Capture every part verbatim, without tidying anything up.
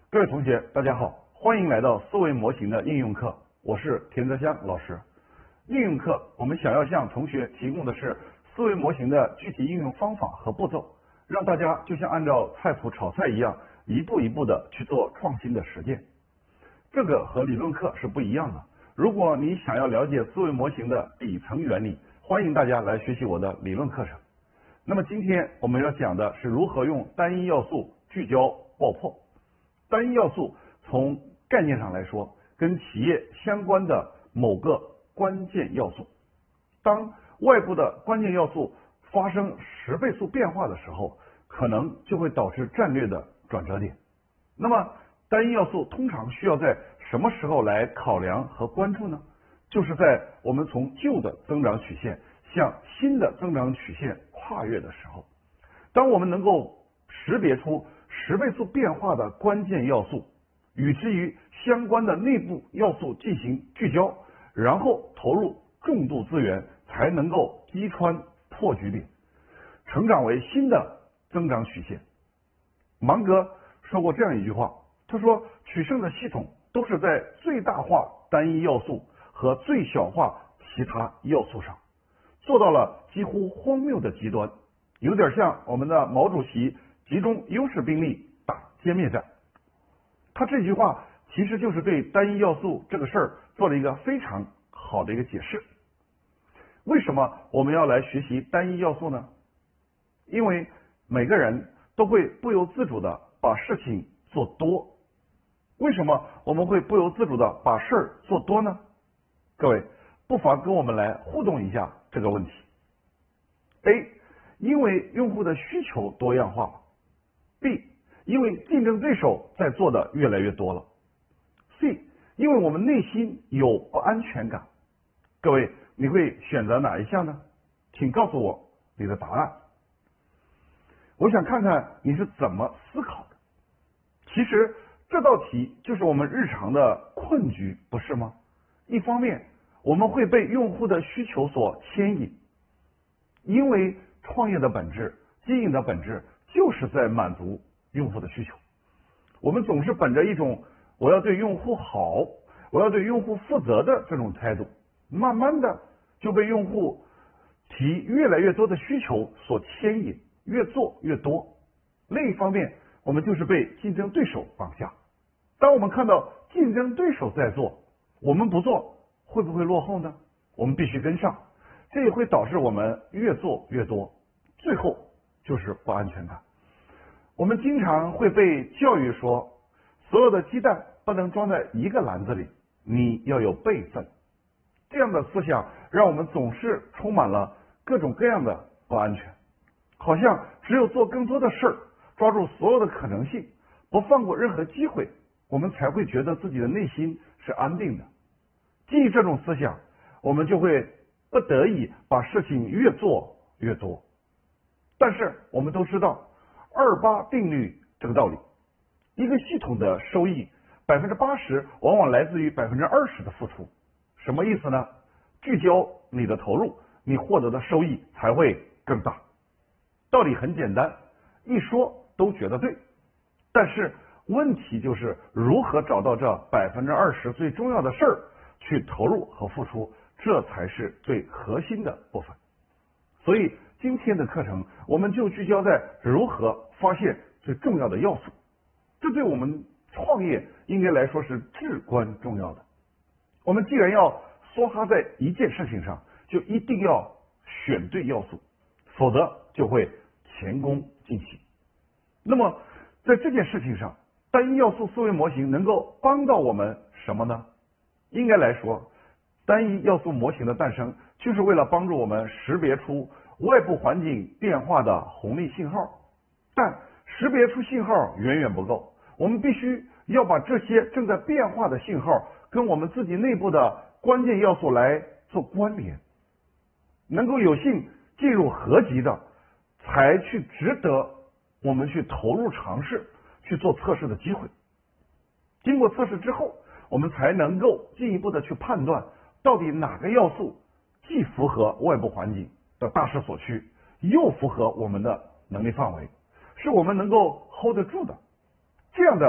各位同学，大家好，欢迎来到思维模型的应用课，我是田泽香老师。应用课我们想要向同学提供的是思维模型的具体应用方法和步骤，让大家就像按照菜谱炒菜一样，一步一步的去做创新的实践。这个和理论课是不一样的。如果你想要了解思维模型的底层原理，欢迎大家来学习我的理论课程。那么今天我们要讲的是如何用单一要素聚焦爆破。单一要素从概念上来说，跟企业相关的某个关键要素。当外部的关键要素发生十倍速变化的时候，可能就会导致战略的转折点。那么单一要素通常需要在什么时候来考量和关注呢？就是在我们从旧的增长曲线向新的增长曲线跨越的时候。当我们能够识别出十倍速变化的关键要素，与之于相关的内部要素进行聚焦，然后投入重度资源，才能够击穿破局点，成长为新的增长曲线。芒格说过这样一句话，他说取胜的系统都是在最大化单一要素和最小化其他要素上，做到了几乎荒谬的极端，有点像我们的毛主席集中优势兵力打歼灭战。他这句话其实就是对单一要素这个事儿做了一个非常好的一个解释。为什么我们要来学习单一要素呢？因为每个人都会不由自主的把事情做多。为什么我们会不由自主的把事儿做多呢？各位不妨跟我们来互动一下这个问题。 A， 因为用户的需求多样化了。 B， 因为竞争对手在做的越来越多了。 C， 因为我们内心有不安全感。各位你会选择哪一项呢？请告诉我你的答案。我想看看你是怎么思考的。其实这道题就是我们日常的困局，不是吗？一方面我们会被用户的需求所牵引，因为创业的本质、经营的本质就是在满足用户的需求。我们总是本着一种我要对用户好，我要对用户负责的这种态度，慢慢的就被用户提越来越多的需求所牵引，越做越多。另一方面我们就是被竞争对手绑架。当我们看到竞争对手在做，我们不做，会不会落后呢？我们必须跟上，这也会导致我们越做越多，最后就是不安全感。我们经常会被教育说，所有的鸡蛋不能装在一个篮子里，你要有备份。这样的思想让我们总是充满了各种各样的不安全，好像只有做更多的事儿，抓住所有的可能性，不放过任何机会，我们才会觉得自己的内心是安定的。基于这种思想，我们就会不得已把事情越做越多。但是我们都知道二八定律这个道理，一个系统的收益百分之八十往往来自于百分之二十的付出。什么意思呢？聚焦你的投入，你获得的收益才会更大。道理很简单，一说都觉得对，但是问题就是如何找到这百分之二十最重要的事儿去投入和付出，这才是最核心的部分。所以今天的课程我们就聚焦在如何发现最重要的要素，这对我们创业应该来说是至关重要的。我们既然要梭哈在一件事情上，就一定要选对要素，否则就会前功尽弃。那么在这件事情上，单一要素思维模型能够帮到我们什么呢？应该来说，单一要素模型的诞生就是为了帮助我们识别出外部环境变化的红利信号。但识别出信号远远不够，我们必须要把这些正在变化的信号跟我们自己内部的关键要素来做关联，能够有幸进入合集的，才去值得我们去投入尝试去做测试的机会。经过测试之后，我们才能够进一步的去判断到底哪个要素既符合外部环境的大势所趋，又符合我们的能力范围，是我们能够 hold 得住的。这样的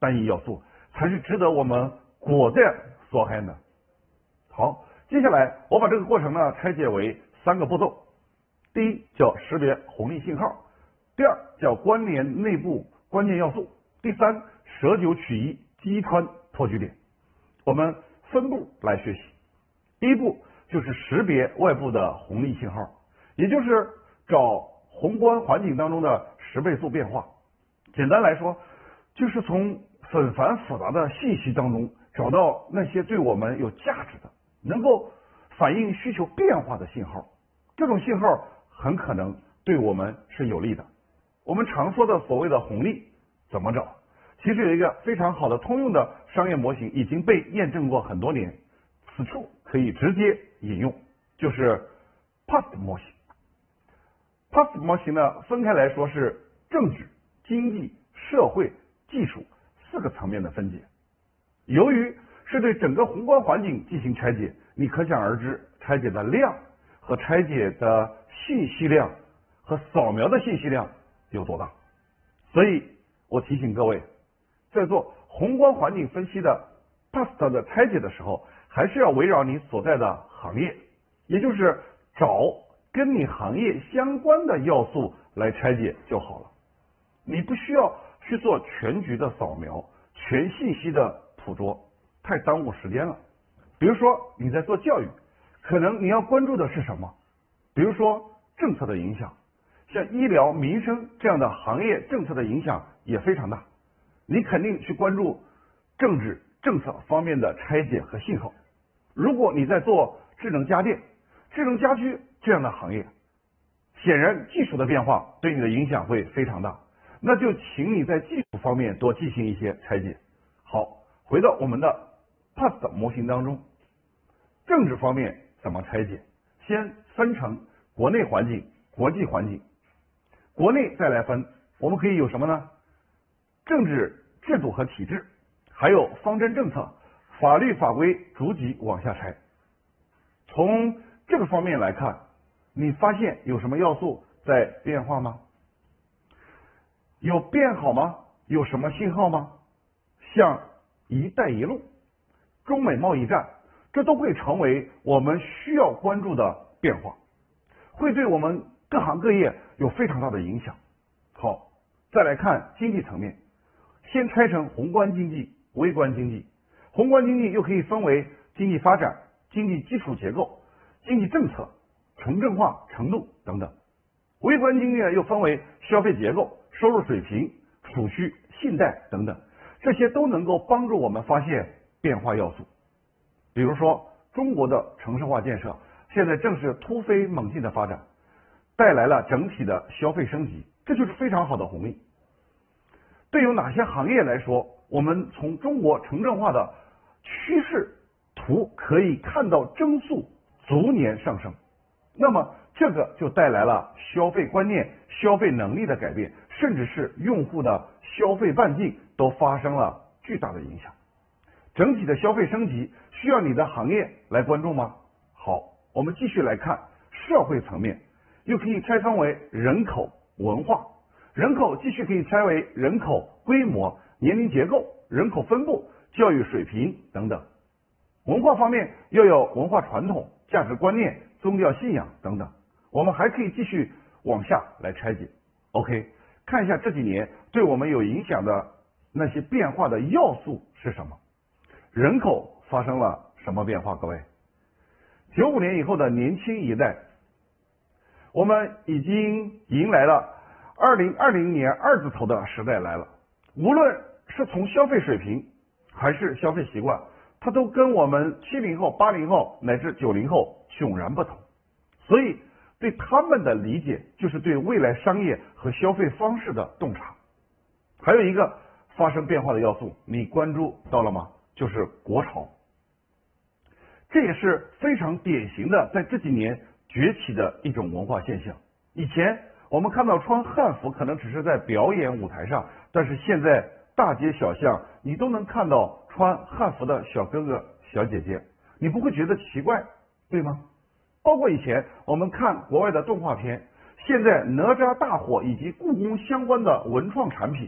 单一要素，才是值得我们果断所害的。好，接下来我把这个过程呢拆解为三个步骤。第一叫识别红利信号，第二叫关联内部关键要素，第三舍九取一击穿破局点。我们分步来学习。第一步就是识别外部的红利信号，也就是找宏观环境当中的十倍速变化。简单来说，就是从纷繁复杂的信息当中找到那些对我们有价值的、能够反映需求变化的信号。这种信号很可能对我们是有利的。我们常说的所谓的红利怎么找？其实有一个非常好的通用的商业模型，已经被验证过很多年，此处可以直接引用，就是 P A S T 模型。P A S T 模型呢，分开来说是政治、经济、社会、技术四个层面的分解。由于是对整个宏观环境进行拆解，你可想而知拆解的量和拆解的信息量和扫描的信息量有多大。所以我提醒各位，在做宏观环境分析的 P A S T 的拆解的时候，还是要围绕你所在的行业，也就是找跟你行业相关的要素来拆解就好了。你不需要去做全局的扫描、全信息的捕捉，太耽误时间了。比如说你在做教育，可能你要关注的是什么？比如说政策的影响，像医疗、民生这样的行业政策的影响也非常大，你肯定去关注政治政策方面的拆解和信号。如果你在做智能家电、智能家居这样的行业，显然技术的变化对你的影响会非常大，那就请你在技术方面多进行一些拆解。好，回到我们的 P A S T 模型当中，政治方面怎么拆解？先分成国内环境、国际环境。国内再来分，我们可以有什么呢？政治制度和体制，还有方针政策、法律法规，逐级往下拆。从这个方面来看，你发现有什么要素在变化吗？有变好吗？有什么信号吗？像一带一路、中美贸易战，这都会成为我们需要关注的变化，会对我们各行各业有非常大的影响。好，再来看经济层面，先拆成宏观经济、微观经济。宏观经济又可以分为经济发展、经济基础结构、经济政策、城镇化程度等等。微观经济呢又分为消费结构、收入水平、储蓄、信贷等等，这些都能够帮助我们发现变化要素。比如说中国的城市化建设现在正是突飞猛进的发展，带来了整体的消费升级，这就是非常好的红利。对于哪些行业来说，我们从中国城镇化的趋势图可以看到增速逐年上升，那么这个就带来了消费观念、消费能力的改变，甚至是用户的消费半径都发生了巨大的影响。整体的消费升级需要你的行业来关注吗？好，我们继续来看社会层面，又可以拆分为人口、文化。人口继续可以拆为人口规模、年龄结构、人口分布、教育水平等等。文化方面又有文化传统、价值观念、宗教信仰等等。我们还可以继续往下来拆解。OK， 看一下这几年对我们有影响的那些变化的要素是什么？人口发生了什么变化？各位，九五年以后的年轻一代，我们已经迎来了二零二零年二字头的时代来了。无论是从消费水平还是消费习惯，它都跟我们七零后、八零后乃至九零后迥然不同。所以对他们的理解就是对未来商业和消费方式的洞察。还有一个发生变化的要素，你关注到了吗？就是国潮。这也是非常典型的在这几年崛起的一种文化现象。以前我们看到穿汉服可能只是在表演舞台上，但是现在大街小巷你都能看到穿汉服的小哥哥小姐姐，你不会觉得奇怪，对吗？包括以前我们看国外的动画片，现在哪吒大火以及故宫相关的文创产品，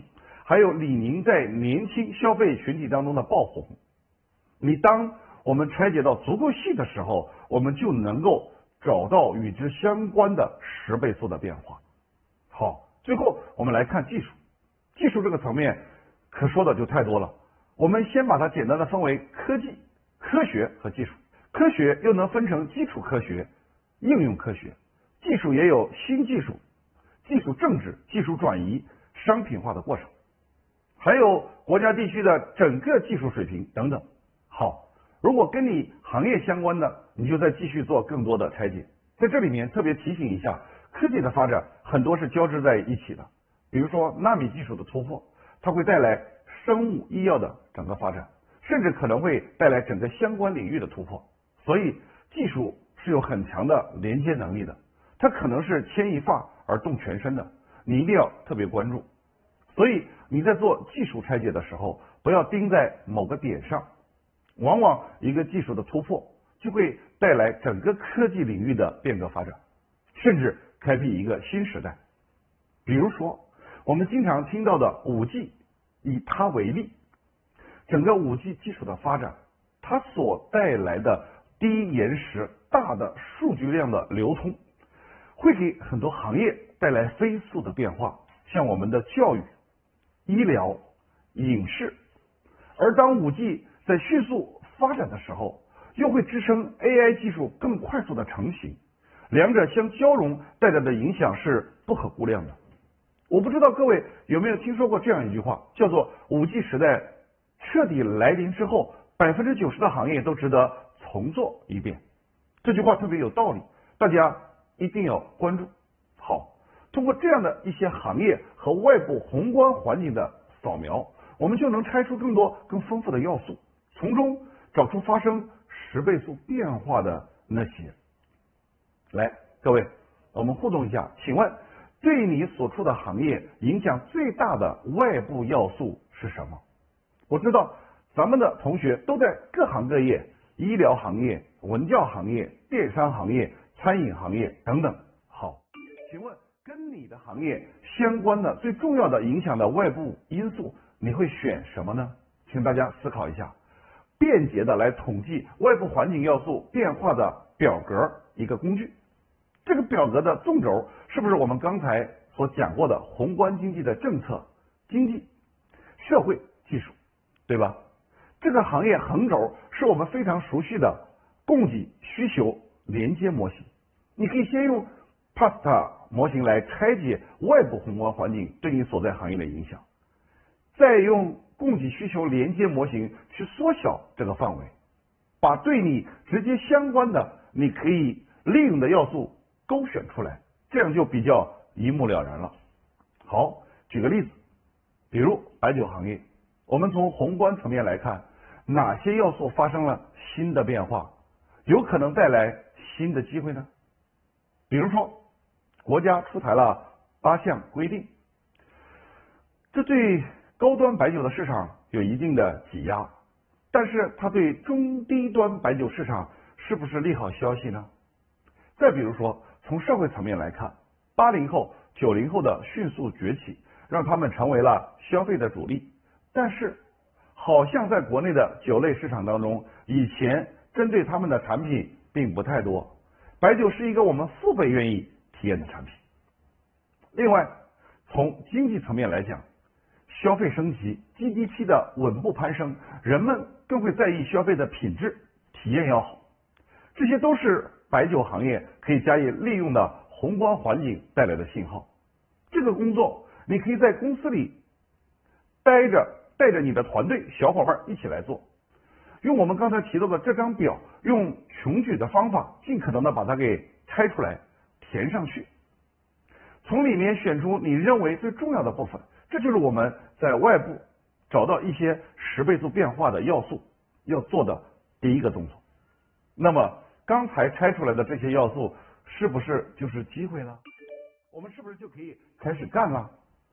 还有李宁在年轻消费群体当中的爆红。你当我们拆解到足够细的时候，我们就能够找到与之相关的十倍速的变化。好，最后我们来看技术。技术这个层面可说的就太多了，我们先把它简单的分为科技、科学和技术。科学又能分成基础科学、应用科学，技术也有新技术、技术政治、技术转移、商品化的过程，还有国家地区的整个技术水平等等。好，如果跟你行业相关的，你就再继续做更多的拆解。在这里面特别提醒一下，科技的发展很多是交织在一起的，比如说纳米技术的突破，它会带来生物医药的整个发展，甚至可能会带来整个相关领域的突破。所以技术是有很强的连接能力的，它可能是牵一发而动全身的，你一定要特别关注。所以你在做技术拆解的时候，不要盯在某个点上，往往一个技术的突破就会带来整个科技领域的变革发展，甚至开辟一个新时代。比如说我们经常听到的 五 G， 以它为例，整个 五 G 技术的发展，它所带来的低延时、大的数据量的流通，会给很多行业带来飞速的变化，像我们的教育、医疗、影视。而当 五 G 在迅速发展的时候，又会支撑 A I 技术更快速的成型，两者相交融带来的影响是不可估量的。我不知道各位有没有听说过这样一句话，叫做 五 G 时代彻底来临之后，百分之九十的行业都值得重做一遍。这句话特别有道理，大家一定要关注。好，通过这样的一些行业和外部宏观环境的扫描，我们就能拆出更多更丰富的要素，从中找出发生十倍速变化的那些。来，各位，我们互动一下，请问对你所处的行业影响最大的外部要素是什么？我知道咱们的同学都在各行各业，医疗行业、文教行业、电商行业、餐饮行业等等。好，请问跟你的行业相关的最重要的影响的外部因素，你会选什么呢？请大家思考一下，便捷的来统计外部环境要素变化的表格一个工具。这个表格的纵轴是不是我们刚才所讲过的宏观经济的政策、经济、社会、技术，对吧？这个行业横轴是我们非常熟悉的供给需求连接模型。你可以先用 P A S T A 模型来拆解外部宏观环境对你所在行业的影响，再用供给需求连接模型去缩小这个范围，把对你直接相关的你可以利用的要素勾选出来，这样就比较一目了然了。好，举个例子，比如白酒行业，我们从宏观层面来看，哪些要素发生了新的变化，有可能带来新的机会呢？比如说，国家出台了八项规定，这对高端白酒的市场有一定的挤压，但是它对中低端白酒市场是不是利好消息呢？再比如说，从社会层面来看，八零后、九零后的迅速崛起，让他们成为了消费的主力。但是，好像在国内的酒类市场当中，以前针对他们的产品并不太多。白酒是一个我们父辈愿意体验的产品。另外，从经济层面来讲，消费升级、G D P 的稳步攀升，人们更会在意消费的品质、体验要好。这些都是白酒行业可以加以利用的宏观环境带来的信号。这个工作你可以在公司里待着，带着你的团队小伙伴一起来做，用我们刚才提到的这张表，用穷举的方法，尽可能的把它给拆出来，填上去，从里面选出你认为最重要的部分。这就是我们在外部找到一些十倍速变化的要素要做的第一个动作。那么刚才拆出来的这些要素是不是就是机会了？我们是不是就可以开始干了？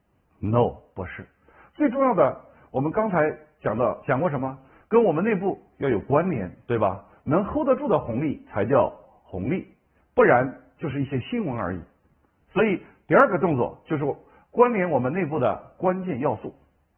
No， 不是。最重要的，我们刚才讲的讲过什么？跟我们内部要有关联，对吧？能 hold 得住的红利才叫红利，不然就是一些新闻而已。所以第二个动作就是关联我们内部的关键要素。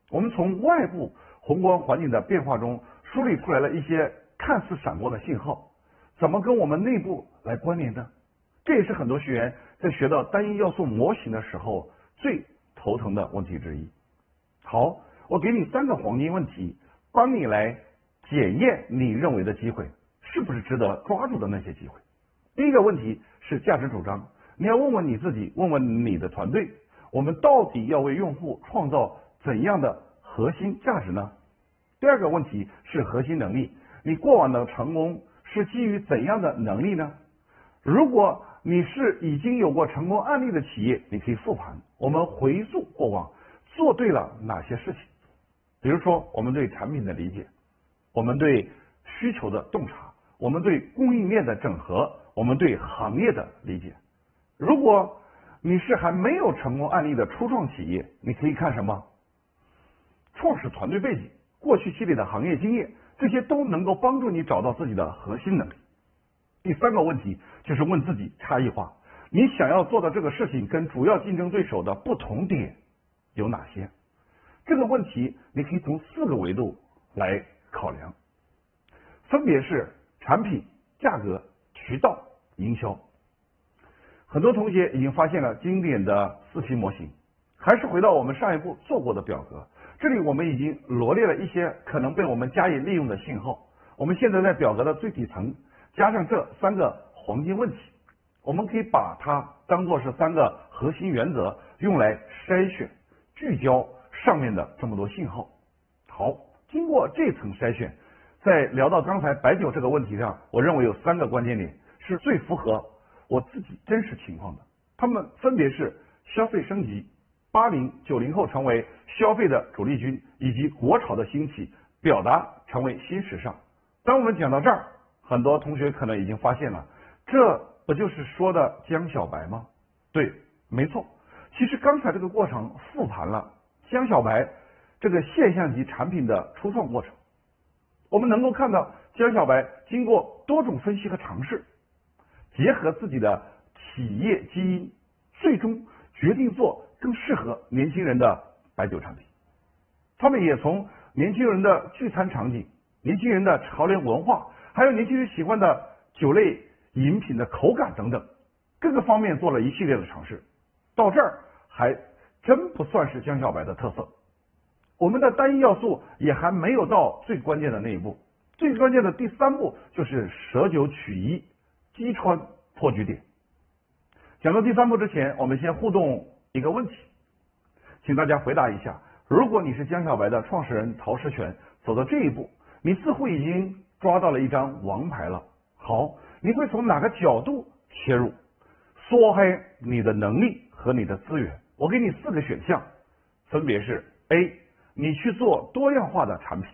我们从外部宏观环境的变化中梳理出来了一些看似闪光的信号，怎么跟我们内部来关联呢？这也是很多学员在学到单一要素模型的时候最头疼的问题之一。好，我给你三个黄金问题，帮你来检验你认为的机会是不是值得抓住的那些机会。第一个问题是价值主张，你要问问你自己，问问你的团队，我们到底要为用户创造怎样的核心价值呢？第二个问题是核心能力，你过往的成功是基于怎样的能力呢？如果你是已经有过成功案例的企业，你可以复盘，我们回溯过往做对了哪些事情，比如说我们对产品的理解，我们对需求的洞察，我们对供应链的整合，我们对行业的理解。如果你是还没有成功案例的初创企业，你可以看什么？创始团队背景，过去积累的行业经验，这些都能够帮助你找到自己的核心能力。第三个问题就是问自己差异化，你想要做的这个事情跟主要竞争对手的不同点有哪些？这个问题你可以从四个维度来考量，分别是产品、价格、渠道、营销。很多同学已经发现了经典的四批模型，还是回到我们上一步做过的表格，这里我们已经罗列了一些可能被我们加以利用的信号。我们现在在表格的最底层加上这三个黄金问题，我们可以把它当作是三个核心原则，用来筛选、聚焦上面的这么多信号。好，经过这层筛选，在聊到刚才白酒这个问题上，我认为有三个关键点是最符合我自己真实情况的，他们分别是消费升级、八零九零后成为消费的主力军，以及国潮的兴起，表达成为新时尚。当我们讲到这儿，很多同学可能已经发现了，这不就是说的江小白吗？对，没错。其实刚才这个过程复盘了江小白这个现象级产品的初创过程，我们能够看到江小白经过多种分析和尝试，结合自己的企业基因，最终决定做更适合年轻人的白酒产品。他们也从年轻人的聚餐场景、年轻人的潮流文化，还有年轻人喜欢的酒类饮品的口感等等各个方面做了一系列的尝试。到这儿还真不算是江小白的特色。我们的单一要素也还没有到最关键的那一步，最关键的第三步就是舍九取一，击穿破局点。讲到第三步之前，我们先互动一个问题，请大家回答一下，如果你是江小白的创始人陶石泉，走到这一步，你似乎已经抓到了一张王牌了。好，你会从哪个角度切入，缩黑你的能力和你的资源？我给你四个选项，分别是 A， 你去做多样化的产品，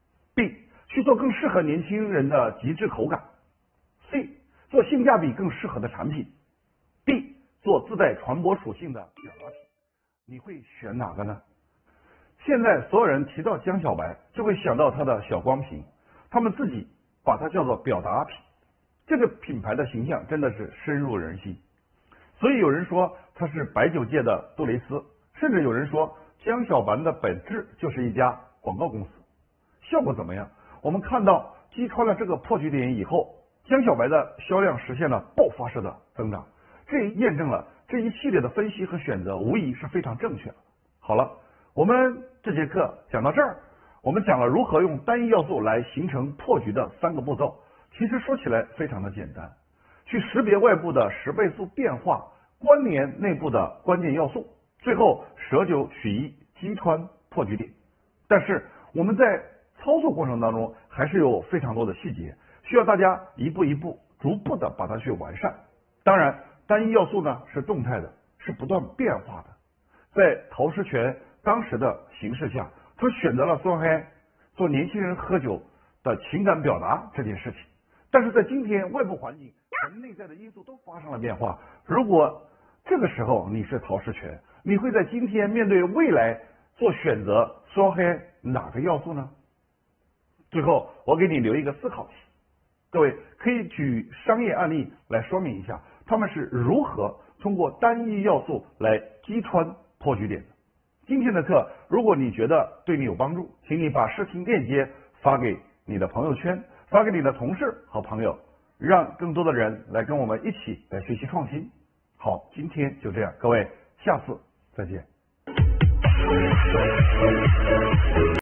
B， 去做更适合年轻人的极致口感， C， 做性价比更适合的产品， D， 做自带传播属性的表达品。你会选哪个呢？现在所有人提到江小白就会想到他的小光瓶，他们自己把它叫做表达品，这个品牌的形象真的是深入人心。所以有人说它是白酒界的杜蕾斯，甚至有人说江小白的本质就是一家广告公司。效果怎么样？我们看到击穿了这个破局点以后，江小白的销量实现了爆发式的增长，这验证了这一系列的分析和选择无疑是非常正确的。好了，我们这节课讲到这儿，我们讲了如何用单一要素来形成破局的三个步骤。其实说起来非常的简单，去识别外部的十倍速变化，关联内部的关键要素，最后舍九取一，击穿破局点。但是我们在操作过程当中还是有非常多的细节，需要大家一步一步逐步的把它去完善。当然单一要素呢是动态的，是不断变化的。在陶石泉当时的形势下，他选择了缩黑做年轻人喝酒的情感表达这件事情。但是在今天外部环境和内在的因素都发生了变化，如果这个时候你是陶石泉，你会在今天面对未来做选择，缩黑哪个要素呢？最后我给你留一个思考题，各位可以举商业案例来说明一下他们是如何通过单一要素来击穿破局点的。 今天的课，如果你觉得对你有帮助，请你把视频链接发给你的朋友圈，发给你的同事和朋友，让更多的人来跟我们一起来学习创新。好，今天就这样，各位，下次再见。